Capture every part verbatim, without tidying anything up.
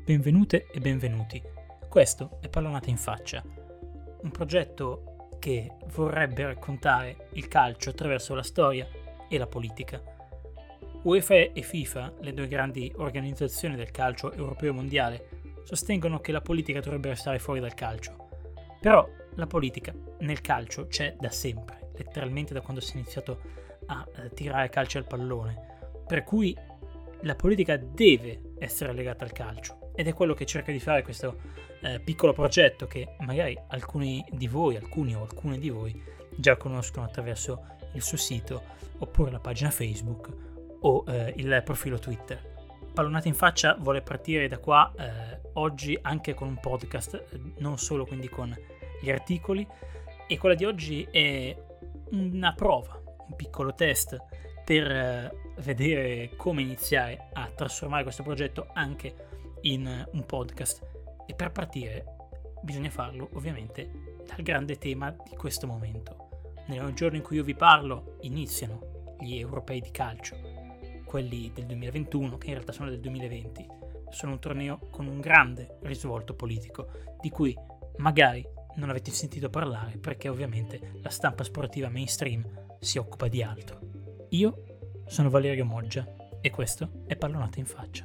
Benvenute e benvenuti. Questo è Pallonata in Faccia, un progetto che vorrebbe raccontare il calcio attraverso la storia e la politica. UEFA e FIFA, le due grandi organizzazioni del calcio europeo e mondiale, sostengono che la politica dovrebbe restare fuori dal calcio. Però la politica nel calcio c'è da sempre, letteralmente da quando si è iniziato a tirare calcio al pallone, per cui la politica deve essere legata al calcio ed è quello che cerca di fare questo eh, piccolo progetto che magari alcuni di voi, alcuni o alcune di voi già conoscono attraverso il suo sito oppure la pagina Facebook o eh, il profilo Twitter. Pallonata in Faccia vuole partire da qua eh, oggi anche con un podcast, non solo quindi con gli articoli, e quella di oggi è una prova, un piccolo test per eh, vedere come iniziare a trasformare questo progetto anche in un podcast, e per partire bisogna farlo ovviamente dal grande tema di questo momento. Nel giorno in cui io vi parlo iniziano gli europei di calcio, quelli del duemilaventuno, che in realtà sono del duemilaventi. Sono un torneo con un grande risvolto politico di cui magari non avete sentito parlare perché ovviamente la stampa sportiva mainstream si occupa di altro. Io sono Valerio Moggia e questo è Pallonata in Faccia.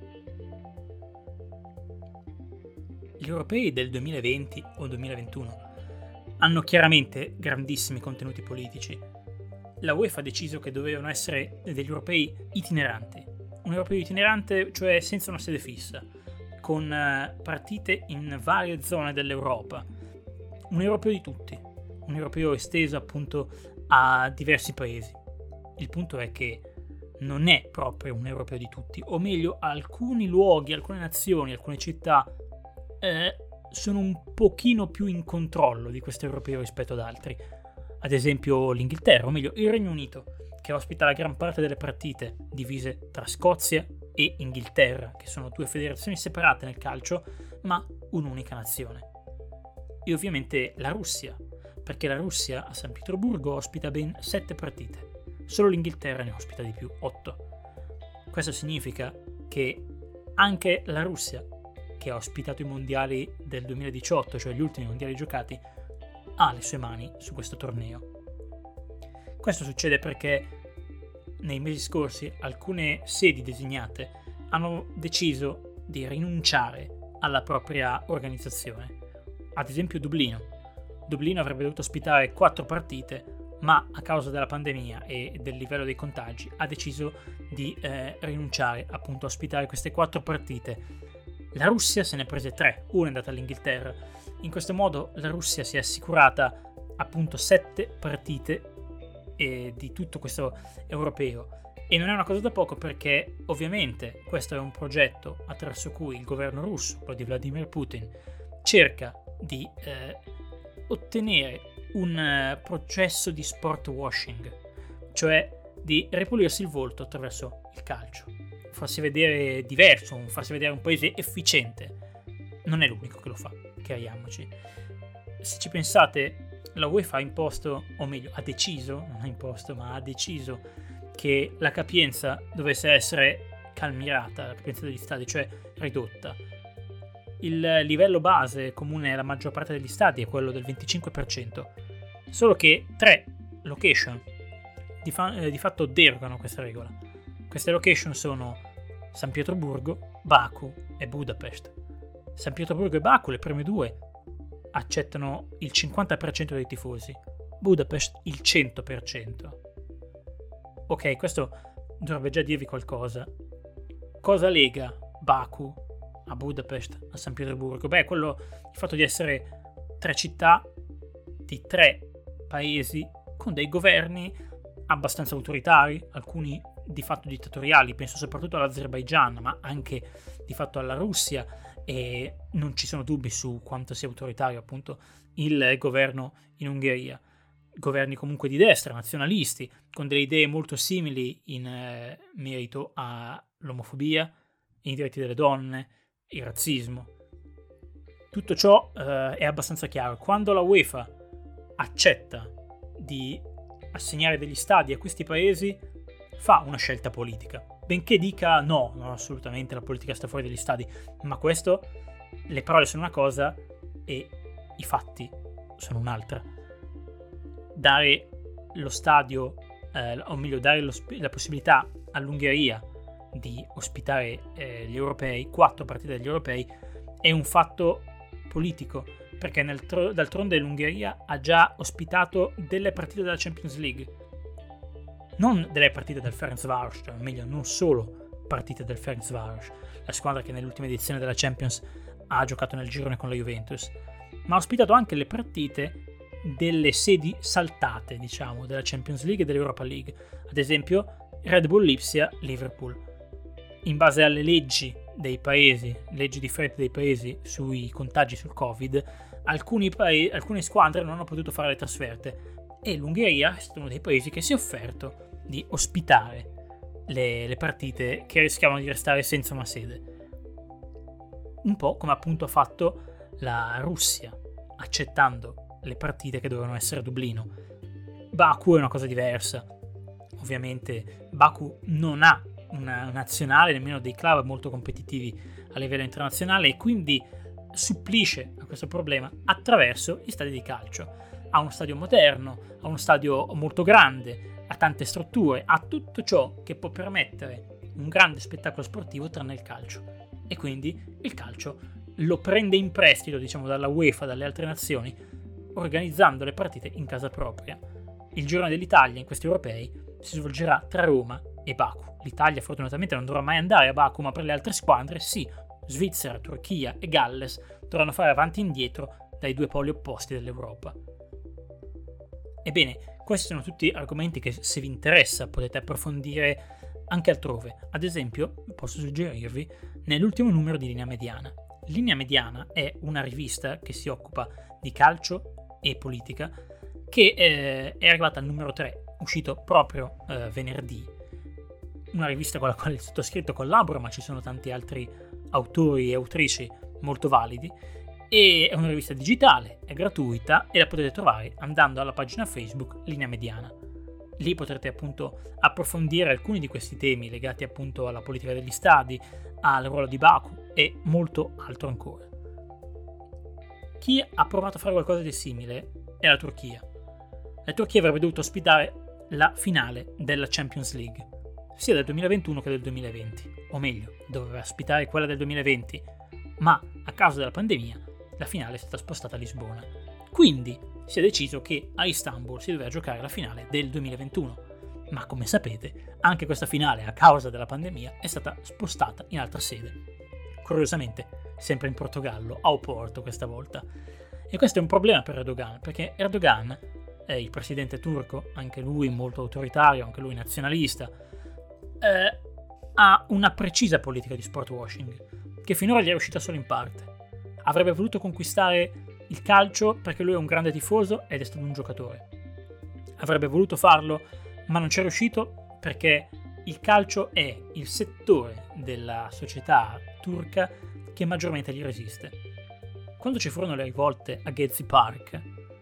Gli europei del duemilaventi o duemilaventuno hanno chiaramente grandissimi contenuti politici. La UEFA ha deciso che dovevano essere degli europei itineranti. Un europeo itinerante, cioè senza una sede fissa, con partite in varie zone dell'Europa. Un europeo di tutti, un europeo esteso appunto a diversi paesi. Il punto è che non è proprio un europeo di tutti, o meglio, alcuni luoghi, alcune nazioni, alcune città eh, sono un pochino più in controllo di questo europeo rispetto ad altri. Ad esempio l'Inghilterra, o meglio il Regno Unito, che ospita la gran parte delle partite divise tra Scozia e Inghilterra, che sono due federazioni separate nel calcio, ma un'unica nazione. E ovviamente la Russia, perché la Russia a San Pietroburgo ospita ben sette partite. Solo l'Inghilterra ne ospita di più, otto. Questo significa che anche la Russia, che ha ospitato i mondiali del duemiladiciotto, cioè gli ultimi mondiali giocati, ha le sue mani su questo torneo. Questo succede perché nei mesi scorsi alcune sedi designate hanno deciso di rinunciare alla propria organizzazione. Ad esempio Dublino. Dublino avrebbe dovuto ospitare quattro partite, ma a causa della pandemia e del livello dei contagi ha deciso di eh, rinunciare appunto a ospitare queste quattro partite. La Russia se ne è prese tre, una è andata all'Inghilterra. In questo modo la Russia si è assicurata appunto sette partite eh, di tutto questo europeo. E non è una cosa da poco, perché ovviamente questo è un progetto attraverso cui il governo russo, quello di Vladimir Putin, cerca di eh, ottenere un uh, processo di sport washing, cioè di ripulirsi il volto attraverso il calcio, farsi vedere diverso, farsi vedere un paese efficiente. Non è l'unico che lo fa, chiariamoci. Se ci pensate, la UEFA ha imposto, o meglio ha deciso, non ha imposto ma ha deciso che la capienza dovesse essere calmierata, la capienza degli stadi, cioè ridotta. Il livello base comune alla maggior parte degli stadi è quello del venticinque per cento, solo che tre location di, fa- eh, di fatto derogano a questa regola. Queste location sono San Pietroburgo, Baku e Budapest. San Pietroburgo e Baku, le prime due, accettano il cinquanta per cento dei tifosi, Budapest il cento per cento. Ok, questo dovrebbe già dirvi qualcosa. Cosa lega Baku a Budapest, a San Pietroburgo? Beh, quello, il fatto di essere tre città di tre paesi con dei governi abbastanza autoritari, alcuni di fatto dittatoriali, penso soprattutto all'Azerbaigian, ma anche di fatto alla Russia, e non ci sono dubbi su quanto sia autoritario appunto il governo in Ungheria. Governi comunque di destra, nazionalisti, con delle idee molto simili in eh, merito all'omofobia, i diritti delle donne, il razzismo. Tutto ciò eh, è abbastanza chiaro. Quando la UEFA accetta di assegnare degli stadi a questi paesi, fa una scelta politica. benché dica no, no, assolutamente la politica sta fuori dagli stadi, ma questo, le parole sono una cosa e i fatti sono un'altra. Dare lo stadio, eh, o meglio dare lo, la possibilità all'Ungheria di ospitare eh, gli europei, quattro partite degli europei, è un fatto politico, perché nel tro- d'altronde l'Ungheria ha già ospitato delle partite della Champions League, non delle partite del Ferencváros, cioè meglio non solo partite del Ferencváros, la squadra che nell'ultima edizione della Champions ha giocato nel girone con la Juventus, ma ha ospitato anche le partite delle sedi saltate, diciamo, della Champions League e dell'Europa League, ad esempio Red Bull Lipsia Liverpool. In base alle leggi dei paesi, leggi differenti dei paesi sui contagi sul Covid, alcuni paesi, alcune squadre non hanno potuto fare le trasferte e l'Ungheria è stato uno dei paesi che si è offerto di ospitare le, le partite che rischiavano di restare senza una sede. Un po' come appunto ha fatto la Russia, accettando le partite che dovevano essere a Dublino. Baku è una cosa diversa. Ovviamente Baku non ha una nazionale, nemmeno dei club molto competitivi a livello internazionale, e quindi supplisce a questo problema attraverso gli stadi di calcio. Ha uno stadio moderno, ha uno stadio molto grande, ha tante strutture, ha tutto ciò che può permettere un grande spettacolo sportivo tranne il calcio, e quindi il calcio lo prende in prestito, diciamo, dalla UEFA, dalle altre nazioni, organizzando le partite in casa propria. Il girone dell'Italia in questi europei si svolgerà tra Roma e Baku. L'Italia fortunatamente non dovrà mai andare a Baku, ma per le altre squadre sì. Svizzera, Turchia e Galles dovranno fare avanti e indietro dai due poli opposti dell'Europa. Ebbene, questi sono tutti argomenti che, se vi interessa, potete approfondire anche altrove. Ad esempio, posso suggerirvi nell'ultimo numero di Linea Mediana. Linea Mediana è una rivista che si occupa di calcio e politica, che eh, è arrivata al numero tre, uscito proprio eh, venerdì. Una rivista con la quale il sottoscritto collabora, ma ci sono tanti altri autori e autrici molto validi, e è una rivista digitale, è gratuita e la potete trovare andando alla pagina Facebook Linea Mediana. Lì potrete appunto approfondire alcuni di questi temi legati appunto alla politica degli stadi, al ruolo di Baku e molto altro ancora. Chi ha provato a fare qualcosa di simile è la Turchia. La Turchia avrebbe dovuto ospitare la finale della Champions League, sia del duemilaventuno che del duemilaventi, o meglio, doveva ospitare quella del duemilaventi, ma a causa della pandemia la finale è stata spostata a Lisbona. Quindi si è deciso che a Istanbul si doveva giocare la finale del duemilaventuno, ma come sapete anche questa finale, a causa della pandemia, è stata spostata in altra sede. Curiosamente sempre in Portogallo, a Oporto questa volta. E questo è un problema per Erdogan, perché Erdogan è il presidente turco, anche lui molto autoritario, anche lui nazionalista, eh, ha una precisa politica di sport washing che finora gli è riuscita solo in parte. Avrebbe voluto conquistare il calcio perché lui è un grande tifoso ed è stato un giocatore. Avrebbe voluto farlo, ma non ci è riuscito perché il calcio è il settore della società turca che maggiormente gli resiste. Quando ci furono le rivolte a Gezi Park,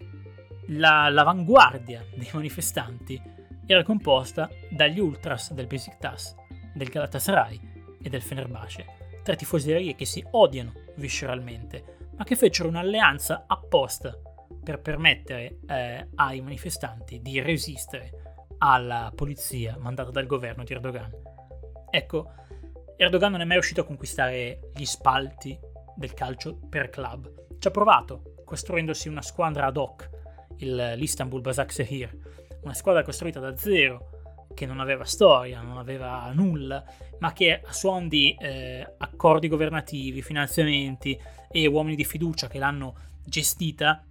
la, l'avanguardia dei manifestanti era composta dagli ultras del Besiktas, del Galatasaray e del Fenerbahce, tre tifoserie che si odiano visceralmente, ma che fecero un'alleanza apposta per permettere eh, ai manifestanti di resistere alla polizia mandata dal governo di Erdogan. Ecco, Erdogan non è mai riuscito a conquistare gli spalti del calcio per club. Ci ha provato, costruendosi una squadra ad hoc, il, l'Istanbul Başakşehir, una squadra costruita da zero, che non aveva storia, non aveva nulla, ma che a suon di eh, accordi governativi, finanziamenti e uomini di fiducia che l'hanno gestita,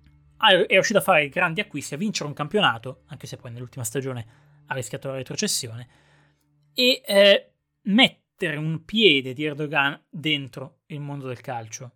è riuscito a fare grandi acquisti, a vincere un campionato, anche se poi nell'ultima stagione ha rischiato la retrocessione, e eh, mettere un piede di Erdogan dentro il mondo del calcio.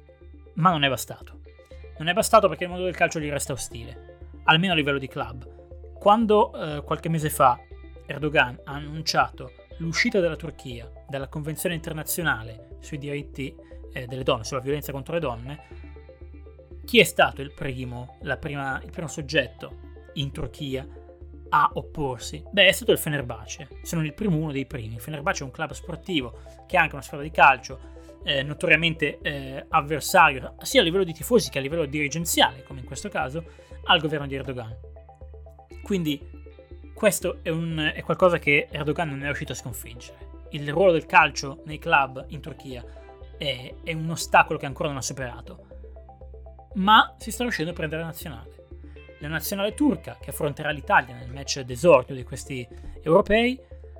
Ma non è bastato. Non è bastato perché il mondo del calcio gli resta ostile, almeno a livello di club. Quando eh, qualche mese fa Erdogan ha annunciato l'uscita della Turchia dalla Convenzione internazionale sui diritti eh, delle donne, sulla violenza contro le donne, chi è stato il primo, la prima, il primo soggetto in Turchia a opporsi? Beh, è stato il Fenerbahce, se non il primo, uno dei primi. Il Fenerbahce è un club sportivo che ha anche una squadra di calcio, eh, notoriamente eh, avversario sia a livello di tifosi che a livello dirigenziale, come in questo caso, al governo di Erdogan. Quindi questo è, un, è qualcosa che Erdogan non è riuscito a sconfiggere. Il ruolo del calcio nei club in Turchia è, è un ostacolo che ancora non ha superato, ma si sta riuscendo a prendere la nazionale. La nazionale turca, che affronterà l'Italia nel match d'esordio di questi europei,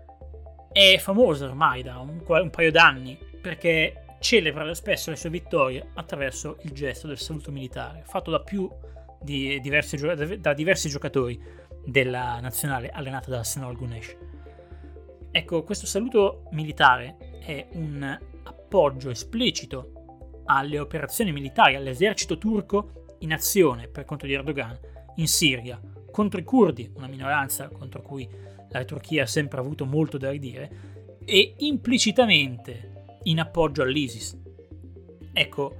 è famosa ormai da un, un paio d'anni perché celebra spesso le sue vittorie attraverso il gesto del saluto militare, fatto da più di diversi, da diversi giocatori della nazionale allenata da Şenol Güneş. Ecco, questo saluto militare è un appoggio esplicito alle operazioni militari, all'esercito turco in azione per conto di Erdogan in Siria contro i curdi, una minoranza contro cui la Turchia ha sempre avuto molto da ridire, e implicitamente in appoggio all'ISIS. Ecco,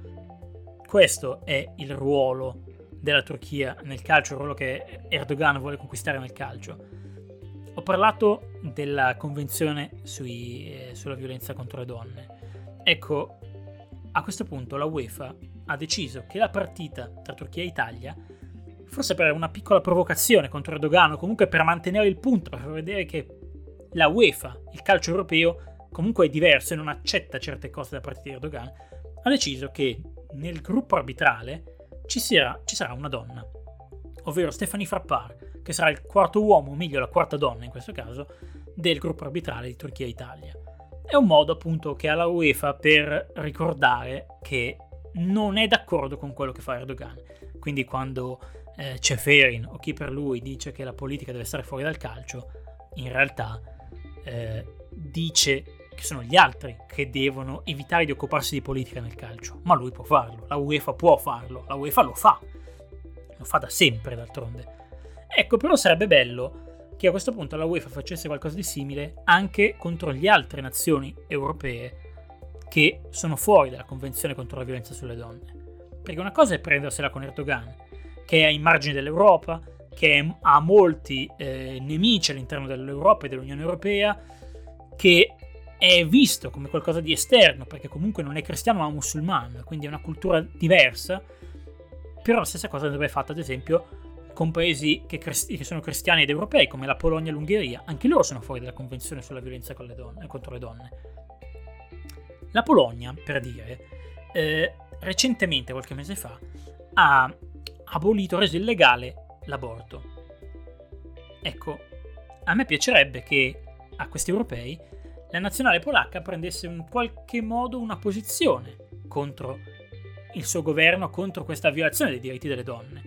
questo è il ruolo della Turchia nel calcio, il ruolo che Erdogan vuole conquistare nel calcio. Ho parlato della convenzione sui, eh, sulla violenza contro le donne. Ecco, a questo punto la UEFA ha deciso che la partita tra Turchia e Italia, forse per una piccola provocazione contro Erdogan, o comunque per mantenere il punto, per far vedere che la UEFA, il calcio europeo, comunque è diverso e non accetta certe cose da parte di Erdogan, ha deciso che nel gruppo arbitrale ci sarà, ci sarà una donna, ovvero Stephanie Frappart, che sarà il quarto uomo, o meglio la quarta donna in questo caso, del gruppo arbitrale di Turchia e Italia. È un modo appunto che ha la UEFA per ricordare che non è d'accordo con quello che fa Erdogan. Quindi quando eh, Ceferin o chi per lui dice che la politica deve stare fuori dal calcio, in realtà eh, dice che sono gli altri che devono evitare di occuparsi di politica nel calcio, ma lui può farlo, la UEFA può farlo, la UEFA lo fa, lo fa da sempre d'altronde. Ecco, però sarebbe bello che a questo punto la UEFA facesse qualcosa di simile anche contro le altre nazioni europee che sono fuori dalla Convenzione contro la violenza sulle donne. Perché una cosa è prendersela con Erdogan, che è ai margini dell'Europa, che ha molti eh, nemici all'interno dell'Europa e dell'Unione Europea, che è visto come qualcosa di esterno, perché comunque non è cristiano ma musulmano, quindi è una cultura diversa. Però la stessa cosa andrebbe fatta ad esempio con paesi che, crist- che sono cristiani ed europei, come la Polonia e l'Ungheria. Anche loro sono fuori dalla Convenzione sulla violenza con le donne, contro le donne. La Polonia, per dire, eh, recentemente, qualche mese fa, ha abolito, reso illegale l'aborto. Ecco, a me piacerebbe che a questi europei la nazionale polacca prendesse in qualche modo una posizione contro il suo governo, contro questa violazione dei diritti delle donne.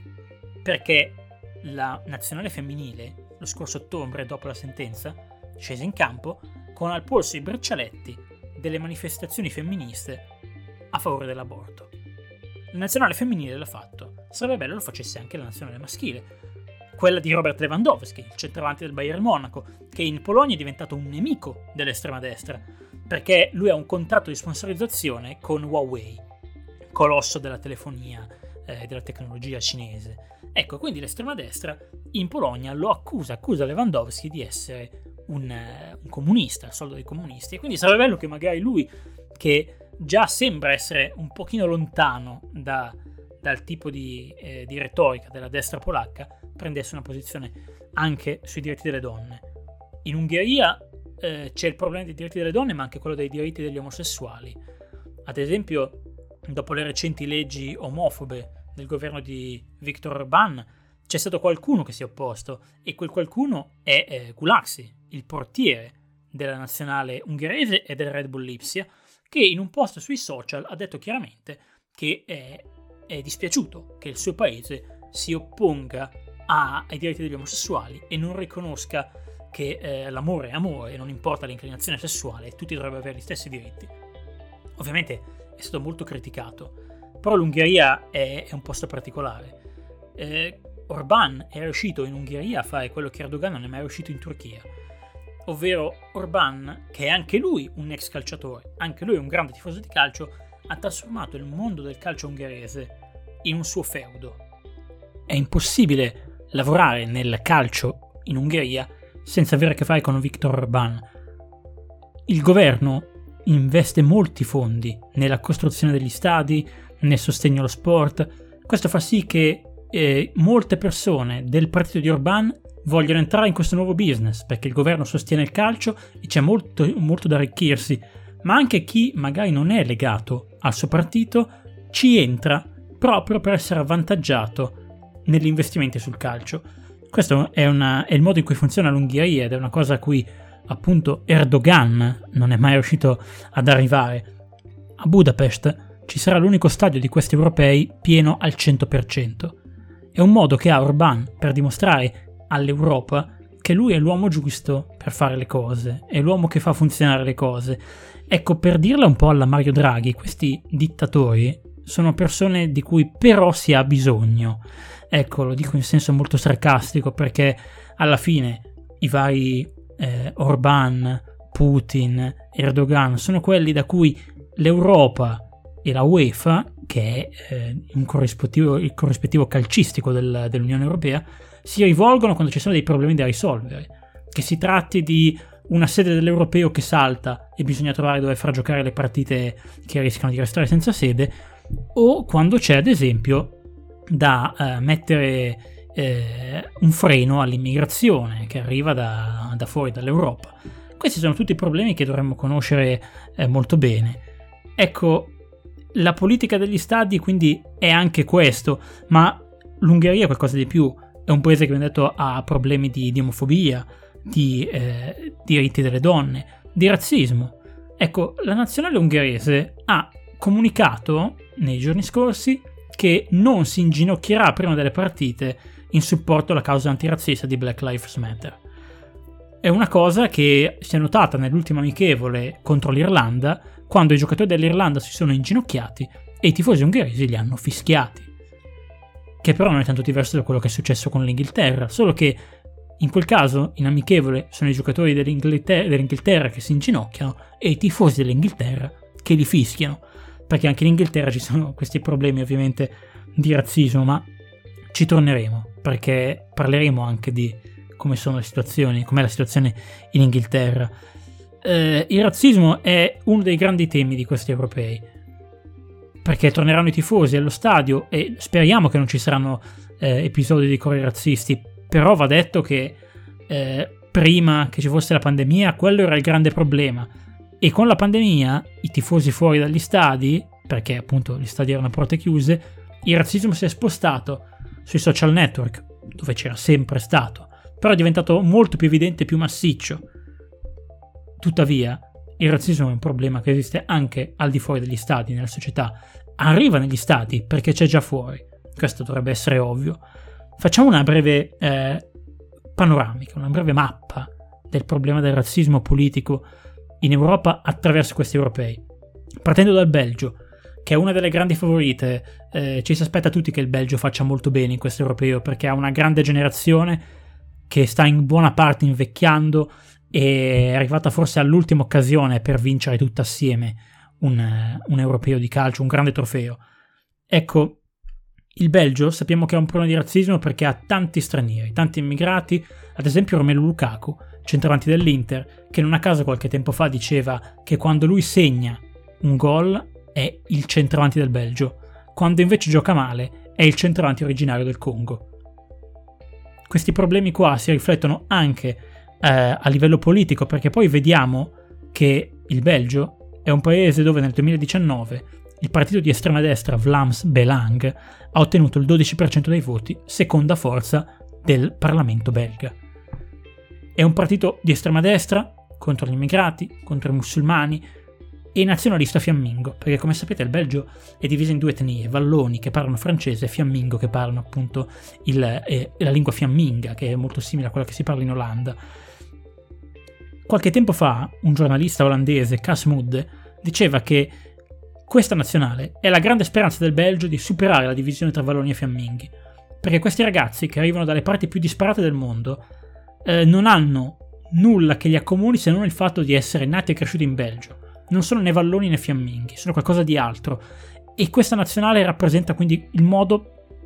Perché la nazionale femminile, lo scorso ottobre, dopo la sentenza, scese in campo con al polso i braccialetti delle manifestazioni femministe a favore dell'aborto. La nazionale femminile l'ha fatto, sarebbe bello lo facesse anche la nazionale maschile, quella di Robert Lewandowski, il centravanti del Bayern Monaco, che in Polonia è diventato un nemico dell'estrema destra, perché lui ha un contratto di sponsorizzazione con Huawei, colosso della telefonia e eh, della tecnologia cinese. Ecco, quindi l'estrema destra in Polonia lo accusa, accusa Lewandowski di essere un, un comunista, il soldo dei comunisti, e quindi sarebbe bello che magari lui, che già sembra essere un pochino lontano da, dal tipo di, eh, di retorica della destra polacca, prendesse una posizione anche sui diritti delle donne. In Ungheria eh, c'è il problema dei diritti delle donne, ma anche quello dei diritti degli omosessuali. Ad esempio, dopo le recenti leggi omofobe del governo di Viktor Orbán, c'è stato qualcuno che si è opposto, e quel qualcuno è eh, Gulaxi, il portiere della nazionale ungherese e del Red Bull Lipsia, che in un post sui social ha detto chiaramente che è, è dispiaciuto che il suo paese si opponga a, ai diritti degli omosessuali e non riconosca che eh, l'amore è amore e non importa l'inclinazione sessuale, tutti dovrebbero avere gli stessi diritti. Ovviamente è stato molto criticato, però l'Ungheria è, è un posto particolare. Eh, Orbán è riuscito in Ungheria a fare quello che Erdogan non è mai riuscito in Turchia, ovvero Orbán, che è anche lui un ex calciatore, anche lui un grande tifoso di calcio, ha trasformato il mondo del calcio ungherese in un suo feudo. È impossibile lavorare nel calcio in Ungheria senza avere a che fare con Viktor Orbán. Il governo investe molti fondi nella costruzione degli stadi, nel sostegno allo sport. Questo fa sì che eh, molte persone del partito di Orbán vogliono entrare in questo nuovo business, perché il governo sostiene il calcio e c'è molto, molto da arricchirsi, ma anche chi magari non è legato al suo partito ci entra proprio per essere avvantaggiato negli investimenti sul calcio. Questo è, una, è il modo in cui funziona l'Ungheria ed è una cosa a cui appunto Erdogan non è mai riuscito ad arrivare. A Budapest ci sarà l'unico stadio di questi europei pieno al cento per cento. È un modo che ha Orbán per dimostrare all'Europa che lui è l'uomo giusto per fare le cose, è l'uomo che fa funzionare le cose. Ecco, per dirla un po' alla Mario Draghi, questi dittatori sono persone di cui però si ha bisogno. Ecco, lo dico in senso molto sarcastico, perché alla fine i vari eh, Orbán, Putin, Erdogan sono quelli da cui l'Europa e la UEFA, che è eh, un corrispettivo, il corrispettivo calcistico del, dell'Unione Europea, si rivolgono quando ci sono dei problemi da risolvere. Che si tratti di una sede dell'Europeo che salta e bisogna trovare dove far giocare le partite che rischiano di restare senza sede, o quando c'è ad esempio da eh, mettere eh, un freno all'immigrazione che arriva da, da fuori dall'Europa. Questi sono tutti problemi che dovremmo conoscere eh, molto bene. Ecco, la politica degli stadi quindi è anche questo, ma l'Ungheria è qualcosa di più. È un paese che, abbiamo detto, ha problemi di, di omofobia, di eh, diritti delle donne, di razzismo. Ecco, la nazionale ungherese ha comunicato nei giorni scorsi che non si inginocchierà prima delle partite in supporto alla causa antirazzista di Black Lives Matter. È una cosa che si è notata nell'ultima amichevole contro l'Irlanda, quando i giocatori dell'Irlanda si sono inginocchiati e i tifosi ungheresi li hanno fischiati. Che però non è tanto diverso da quello che è successo con l'Inghilterra, solo che in quel caso in amichevole sono i giocatori dell'Inghilterra, dell'Inghilterra che si inginocchiano e i tifosi dell'Inghilterra che li fischiano, perché anche in Inghilterra ci sono questi problemi ovviamente di razzismo, ma ci torneremo, perché parleremo anche di come sono le situazioni, com'è la situazione in Inghilterra. Eh, il razzismo è uno dei grandi temi di questi europei, perché torneranno i tifosi allo stadio e speriamo che non ci saranno eh, episodi di cori razzisti, però va detto che eh, prima che ci fosse la pandemia quello era il grande problema, e con la pandemia i tifosi fuori dagli stadi, perché appunto gli stadi erano a porte chiuse, il razzismo si è spostato sui social network, dove c'era sempre stato, però è diventato molto più evidente e più massiccio. Tuttavia il razzismo è un problema che esiste anche al di fuori degli stadi, nella società. Arriva negli stadi perché c'è già fuori. Questo dovrebbe essere ovvio. Facciamo una breve eh, panoramica, una breve mappa del problema del razzismo politico in Europa attraverso questi europei. Partendo dal Belgio, che è una delle grandi favorite, eh, ci si aspetta tutti che il Belgio faccia molto bene in questo europeo, perché ha una grande generazione che sta in buona parte invecchiando e è arrivata forse all'ultima occasione per vincere tutta assieme un, un europeo di calcio, un grande trofeo. Ecco, il Belgio sappiamo che ha un problema di razzismo perché ha tanti stranieri, tanti immigrati, ad esempio Romelu Lukaku, centravanti dell'Inter, che non a caso qualche tempo fa diceva che quando lui segna un gol è il centravanti del Belgio, quando invece gioca male è il centravanti originario del Congo. Questi problemi qua si riflettono anche eh, a livello politico, perché poi vediamo che il Belgio è un paese dove nel duemiladiciannove il partito di estrema destra Vlaams Belang ha ottenuto il dodici per cento dei voti, seconda forza del Parlamento belga. È un partito di estrema destra contro gli immigrati, contro i musulmani e nazionalista fiammingo, perché come sapete il Belgio è diviso in due etnie, valloni che parlano francese e fiammingo che parlano appunto il, eh, la lingua fiamminga, che è molto simile a quella che si parla in Olanda. Qualche tempo fa un giornalista olandese, Cas Mudde, diceva che questa nazionale è la grande speranza del Belgio di superare la divisione tra valloni e fiamminghi, perché questi ragazzi che arrivano dalle parti più disparate del mondo eh, non hanno nulla che li accomuni se non il fatto di essere nati e cresciuti in Belgio. Non sono né valloni né fiamminghi, sono qualcosa di altro, e questa nazionale rappresenta quindi il modo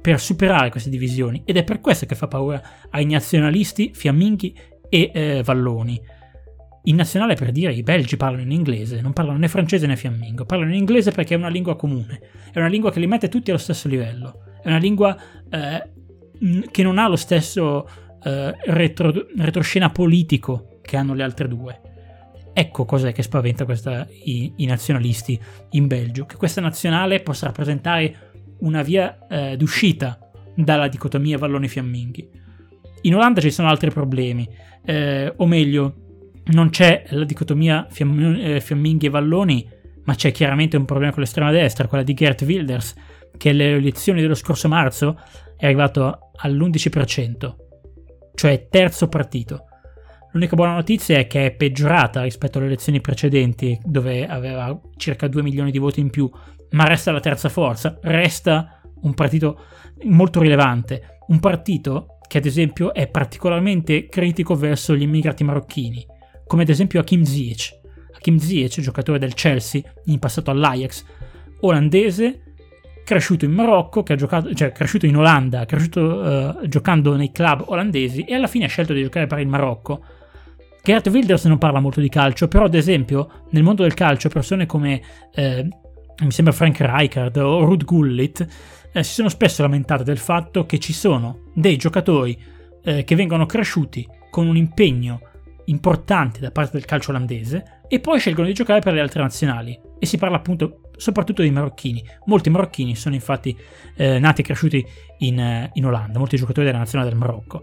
per superare queste divisioni, ed è per questo che fa paura ai nazionalisti fiamminghi e eh, valloni. In nazionale, per dire, i belgi parlano in inglese, non parlano né francese né fiammingo, parlano in inglese perché è una lingua comune, è una lingua che li mette tutti allo stesso livello, è una lingua eh, che non ha lo stesso eh, retro, retroscena politico che hanno le altre due. Ecco cos'è che spaventa questa, i, i nazionalisti in Belgio, che questa nazionale possa rappresentare una via eh, d'uscita dalla dicotomia valloni-fiamminghi. In Olanda ci sono altri problemi, eh, o meglio, non c'è la dicotomia fiamm- eh, fiamminghi e valloni, ma c'è chiaramente un problema con l'estrema destra, quella di Geert Wilders, che alle elezioni dello scorso marzo è arrivato all'undici per cento, cioè terzo partito. L'unica buona notizia è che è peggiorata rispetto alle elezioni precedenti, dove aveva circa due milioni di voti in più, ma resta la terza forza, resta un partito molto rilevante, un partito che ad esempio è particolarmente critico verso gli immigrati marocchini, come ad esempio Hakim Ziyech. Hakim Ziyech, giocatore del Chelsea, in passato all'Ajax, olandese, cresciuto in Marocco, che ha giocato, cioè cresciuto in Olanda, cresciuto uh, giocando nei club olandesi e alla fine ha scelto di giocare per il Marocco. Geert Wilders non parla molto di calcio, però ad esempio nel mondo del calcio persone come eh, mi sembra Frank Rijkaard o Ruud Gullit eh, si sono spesso lamentate del fatto che ci sono dei giocatori eh, che vengono cresciuti con un impegno importante da parte del calcio olandese e poi scelgono di giocare per le altre nazionali, e si parla appunto soprattutto dei marocchini. Molti marocchini sono infatti eh, nati e cresciuti in, in Olanda, molti giocatori della nazionale del Marocco.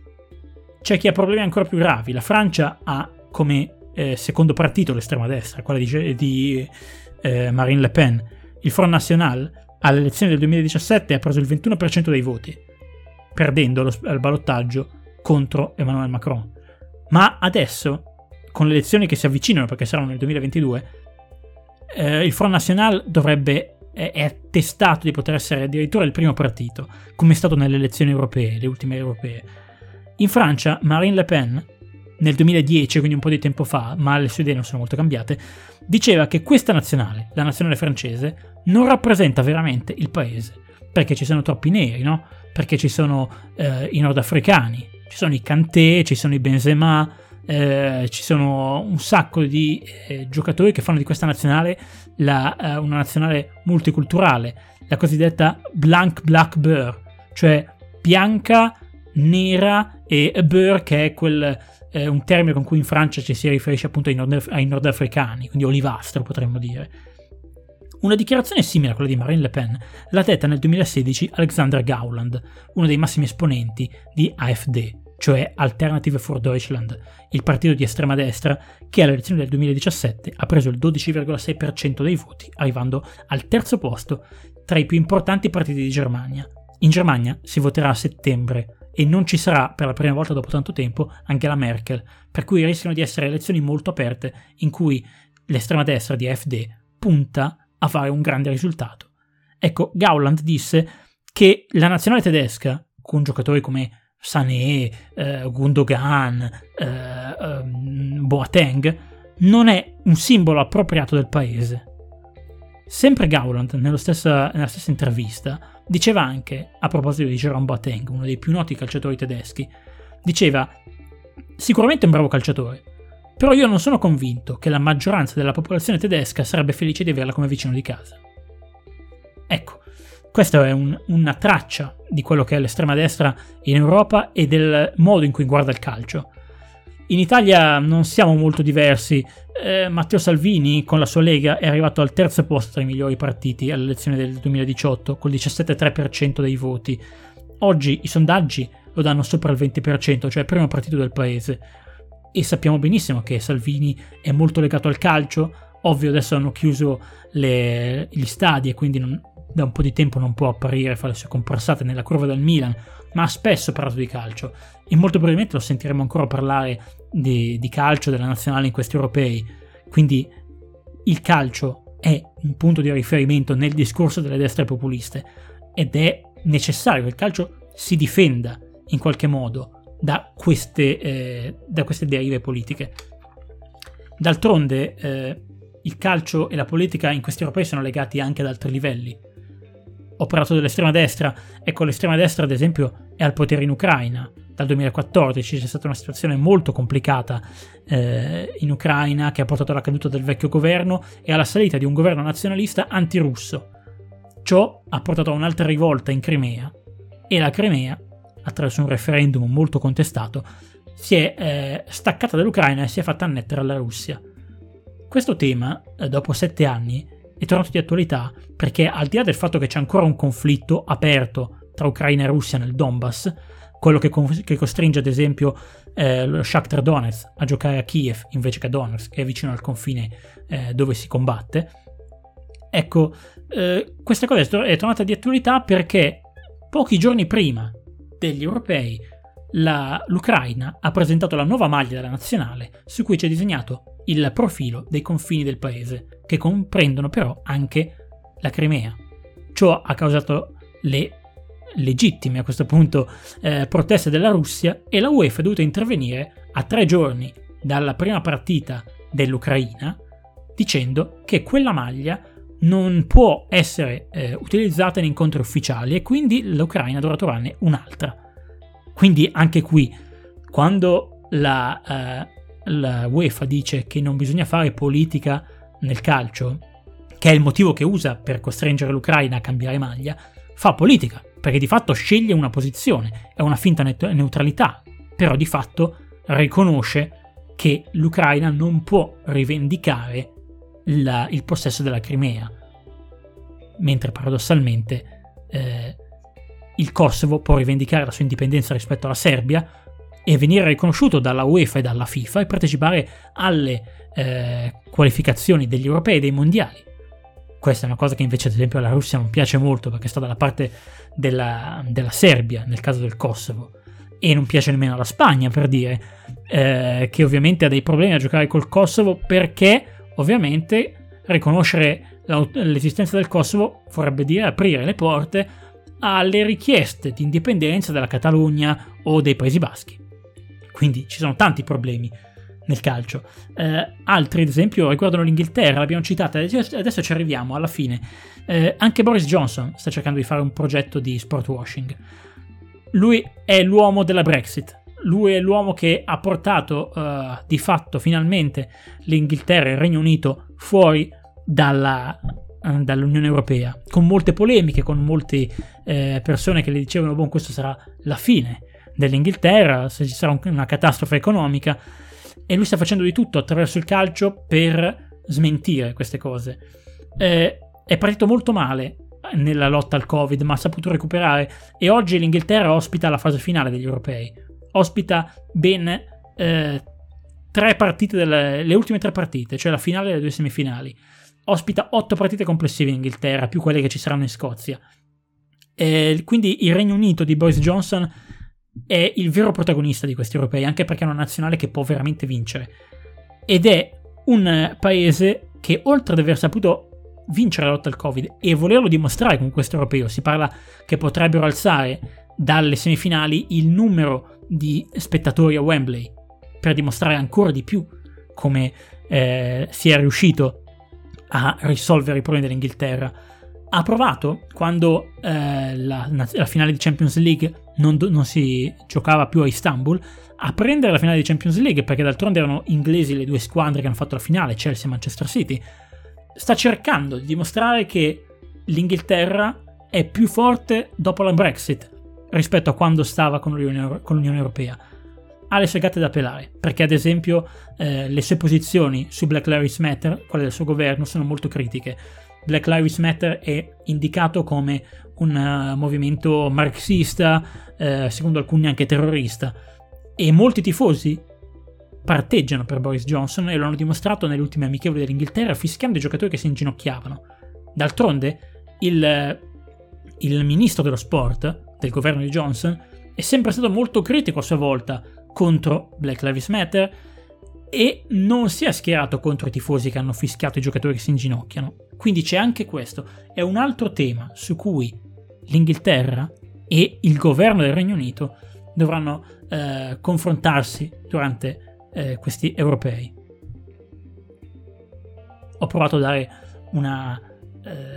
C'è chi ha problemi ancora più gravi. La Francia ha come eh, secondo partito l'estrema destra, quella di, di eh, Marine Le Pen. Il Front National alle elezioni del duemiladiciassette ha preso il ventuno per cento dei voti, perdendo lo, il ballottaggio contro Emmanuel Macron. Ma adesso, con le elezioni che si avvicinano, perché saranno nel duemilaventidue, eh, il Front National dovrebbe, è, è attestato di poter essere addirittura il primo partito, come è stato nelle elezioni europee, le ultime europee. In Francia, Marine Le Pen, nel duemiladieci, quindi un po' di tempo fa, ma le sue idee non sono molto cambiate, diceva che questa nazionale, la nazionale francese, non rappresenta veramente il paese, perché ci sono troppi neri, no? Perché ci sono eh, i nordafricani, ci sono i Kanté, ci sono i Benzema, eh, ci sono un sacco di eh, giocatori che fanno di questa nazionale la, eh, una nazionale multiculturale, la cosiddetta Blanc Black Beurre, cioè bianca, nera e beurre, che è quel, eh, un termine con cui in Francia ci si riferisce appunto ai, nord, ai nordafricani, quindi olivastro potremmo dire. Una dichiarazione simile a quella di Marine Le Pen l'ha detta nel duemilasedici Alexander Gauland, uno dei massimi esponenti di A F D, cioè Alternative for Deutschland, il partito di estrema destra che alle elezioni del duemiladiciassette ha preso il dodici virgola sei per cento dei voti, arrivando al terzo posto tra i più importanti partiti di Germania. In Germania si voterà a settembre e non ci sarà per la prima volta dopo tanto tempo Angela Merkel, per cui rischiano di essere elezioni molto aperte in cui l'estrema destra di A F D punta a fare un grande risultato. Ecco, Gauland disse che la nazionale tedesca, con giocatori come Sané, eh, Gundogan, eh, eh, Boateng, non è un simbolo appropriato del paese. Sempre Gauland, nello stessa, nella stessa intervista, diceva anche, a proposito di Jerome Boateng, uno dei più noti calciatori tedeschi, diceva: sicuramente è un bravo calciatore, però io non sono convinto che la maggioranza della popolazione tedesca sarebbe felice di averla come vicino di casa. Ecco, questa è un, una traccia di quello che è l'estrema destra in Europa e del modo in cui guarda il calcio. In Italia non siamo molto diversi. Eh, Matteo Salvini con la sua Lega è arrivato al terzo posto tra i migliori partiti alle elezioni del duemiladiciotto col diciassette virgola tre per cento dei voti. Oggi i sondaggi lo danno sopra il venti per cento, cioè il primo partito del paese. E sappiamo benissimo che Salvini è molto legato al calcio. Ovvio, adesso hanno chiuso le, gli stadi e quindi non, da un po' di tempo non può apparire, fare le sue comparsate nella curva del Milan, ma ha spesso parlato di calcio e molto probabilmente lo sentiremo ancora parlare di, di calcio della nazionale in questi europei. Quindi il calcio è un punto di riferimento nel discorso delle destre populiste ed è necessario che il calcio si difenda in qualche modo da queste, eh, da queste derive politiche. D'altronde eh, il calcio e la politica in questi europei sono legati anche ad altri livelli. operato dall'estrema destra. Ecco, l'estrema destra ad esempio è al potere in Ucraina dal duemilaquattordici, c'è stata una situazione molto complicata eh, in Ucraina che ha portato alla caduta del vecchio governo e alla salita di un governo nazionalista antirusso. Ciò ha portato a un'altra rivolta in Crimea e la Crimea, attraverso un referendum molto contestato, si è eh, staccata dall'Ucraina e si è fatta annettere alla Russia. Questo tema, eh, dopo sette anni, è tornato di attualità perché, al di là del fatto che c'è ancora un conflitto aperto tra Ucraina e Russia nel Donbass, quello che, con- che costringe ad esempio eh, lo Shakhtar Donetsk a giocare a Kiev invece che a Donetsk, che è vicino al confine eh, dove si combatte, ecco, eh, questa cosa è tornata di attualità perché pochi giorni prima degli europei la, l'Ucraina ha presentato la nuova maglia della nazionale su cui c'è disegnato il profilo dei confini del paese, che comprendono però anche la Crimea. Ciò ha causato le legittime a questo punto eh, proteste della Russia e la UEFA è dovuta intervenire a tre giorni dalla prima partita dell'Ucraina dicendo che quella maglia non può essere eh, utilizzata in incontri ufficiali e quindi l'Ucraina dovrà trovarne un'altra. Quindi anche qui, quando la, eh, la UEFA dice che non bisogna fare politica nel calcio, che è il motivo che usa per costringere l'Ucraina a cambiare maglia, fa politica, perché di fatto sceglie una posizione, è una finta neut- neutralità, però di fatto riconosce che l'Ucraina non può rivendicare la, il possesso della Crimea, mentre paradossalmente eh, il Kosovo può rivendicare la sua indipendenza rispetto alla Serbia e venire riconosciuto dalla UEFA e dalla FIFA e partecipare alle eh, qualificazioni degli europei e dei mondiali. Questa è una cosa che invece ad esempio alla Russia non piace molto, perché sta dalla parte della, della Serbia nel caso del Kosovo, e non piace nemmeno alla Spagna, per dire, eh, che ovviamente ha dei problemi a giocare col Kosovo perché ovviamente riconoscere l'esistenza del Kosovo vorrebbe dire aprire le porte alle richieste di indipendenza della Catalogna o dei Paesi Baschi. Quindi ci sono tanti problemi nel calcio. Eh, altri ad esempio riguardano l'Inghilterra, l'abbiamo citata, adesso ci arriviamo alla fine. Eh, anche Boris Johnson sta cercando di fare un progetto di sport washing. Lui è l'uomo della Brexit, lui è l'uomo che ha portato uh, di fatto finalmente l'Inghilterra e il Regno Unito fuori dalla, uh, dall'Unione Europea, con molte polemiche, con molte uh, persone che le dicevano boh, questo sarà la fine dell'Inghilterra, se ci sarà un, una catastrofe economica, e lui sta facendo di tutto attraverso il calcio per smentire queste cose. Eh, è partito molto male nella lotta al Covid, ma ha saputo recuperare, e oggi l'Inghilterra ospita la fase finale degli europei, ospita ben eh, tre partite delle, le ultime tre partite, cioè la finale e le due semifinali, ospita otto partite complessive in Inghilterra, più quelle che ci saranno in Scozia. E quindi il Regno Unito di Boris Johnson è il vero protagonista di questi europei, anche perché è una nazionale che può veramente vincere, ed è un paese che, oltre ad aver saputo vincere la lotta al Covid e volerlo dimostrare con questo europeo, si parla che potrebbero alzare dalle semifinali il numero di spettatori a Wembley per dimostrare ancora di più come eh, si è riuscito a risolvere i problemi dell'Inghilterra. Ha provato, quando eh, la, la finale di Champions League non, non si giocava più a Istanbul, a prendere la finale di Champions League, perché d'altronde erano inglesi le due squadre che hanno fatto la finale, Chelsea e Manchester City. Sta cercando di dimostrare che l'Inghilterra è più forte dopo la Brexit rispetto a quando stava con l'Unione, con l'Unione Europea. Ha le sue gatte da pelare, perché ad esempio eh, le sue posizioni su Black Lives Matter, quelle del suo governo, sono molto critiche. Black Lives Matter è indicato come un uh, movimento marxista, eh, secondo alcuni anche terrorista, e molti tifosi parteggiano per Boris Johnson e lo hanno dimostrato nelle ultime amichevoli dell'Inghilterra, fischiando i giocatori che si inginocchiavano. D'altronde il, il ministro dello sport del governo di Johnson è sempre stato molto critico a sua volta contro Black Lives Matter e non si è schierato contro i tifosi che hanno fischiato i giocatori che si inginocchiano. Quindi c'è anche questo. È un altro tema su cui l'Inghilterra e il governo del Regno Unito dovranno eh, confrontarsi durante Eh, questi europei. Ho provato a dare una eh,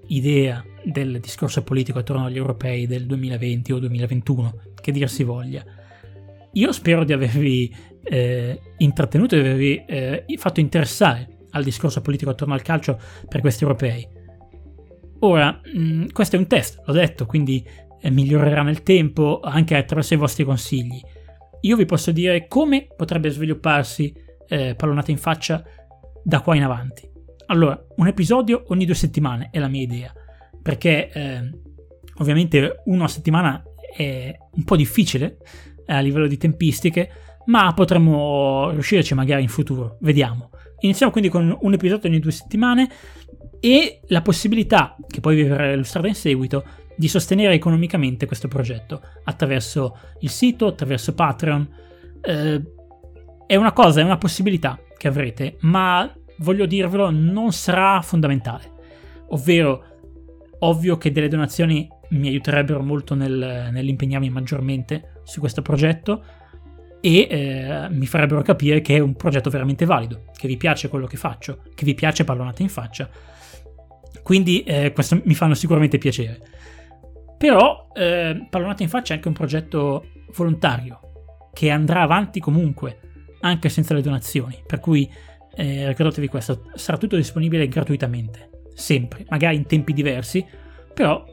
idea del discorso politico attorno agli europei del duemilaventi o duemilaventuno, che dir si voglia. Io spero di avervi eh, intrattenuto, di avervi eh, fatto interessare al discorso politico attorno al calcio per questi europei. Ora, mh, questo è un test, l'ho detto, quindi eh, migliorerà nel tempo anche attraverso i vostri consigli. Io vi posso dire come potrebbe svilupparsi eh, Pallonate in Faccia da qua in avanti. Allora, un episodio ogni due settimane è la mia idea, perché eh, ovviamente uno a settimana è un po' difficile a livello di tempistiche, ma potremmo riuscirci magari in futuro, vediamo. Iniziamo quindi con un episodio ogni due settimane e la possibilità, che poi vi verrà illustrata in seguito, di sostenere economicamente questo progetto attraverso il sito, attraverso Patreon. Eh, è una cosa, è una possibilità che avrete, ma voglio dirvelo, non sarà fondamentale. Ovvero, ovvio che delle donazioni mi aiuterebbero molto nel, nell'impegnarmi maggiormente su questo progetto e eh, mi farebbero capire che è un progetto veramente valido, che vi piace quello che faccio, che vi piace Pallonate in Faccia. Quindi eh, questo mi fanno sicuramente piacere. Però eh, Pallonate in Faccia è anche un progetto volontario che andrà avanti comunque, anche senza le donazioni, per cui eh, ricordatevi questo, sarà tutto disponibile gratuitamente, sempre, magari in tempi diversi, però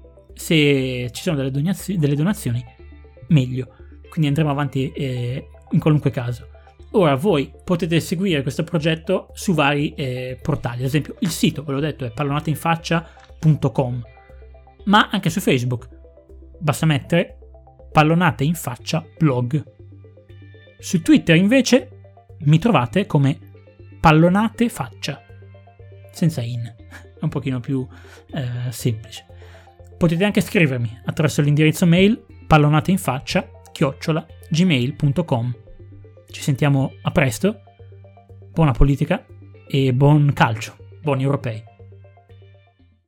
se ci sono delle donazioni, delle donazioni meglio, quindi andremo avanti eh, in qualunque caso. Ora voi potete seguire questo progetto su vari eh, portali, ad esempio il sito, ve l'ho detto, è pallonateinfaccia punto com, ma anche su Facebook basta mettere Pallonate in Faccia blog. Su Twitter invece mi trovate come Pallonate Faccia, senza in, è un pochino più eh, semplice. Potete anche scrivermi attraverso l'indirizzo mail pallonateinfaccia chiocciola gmail punto com. Ci sentiamo a presto, buona politica e buon calcio, buoni europei.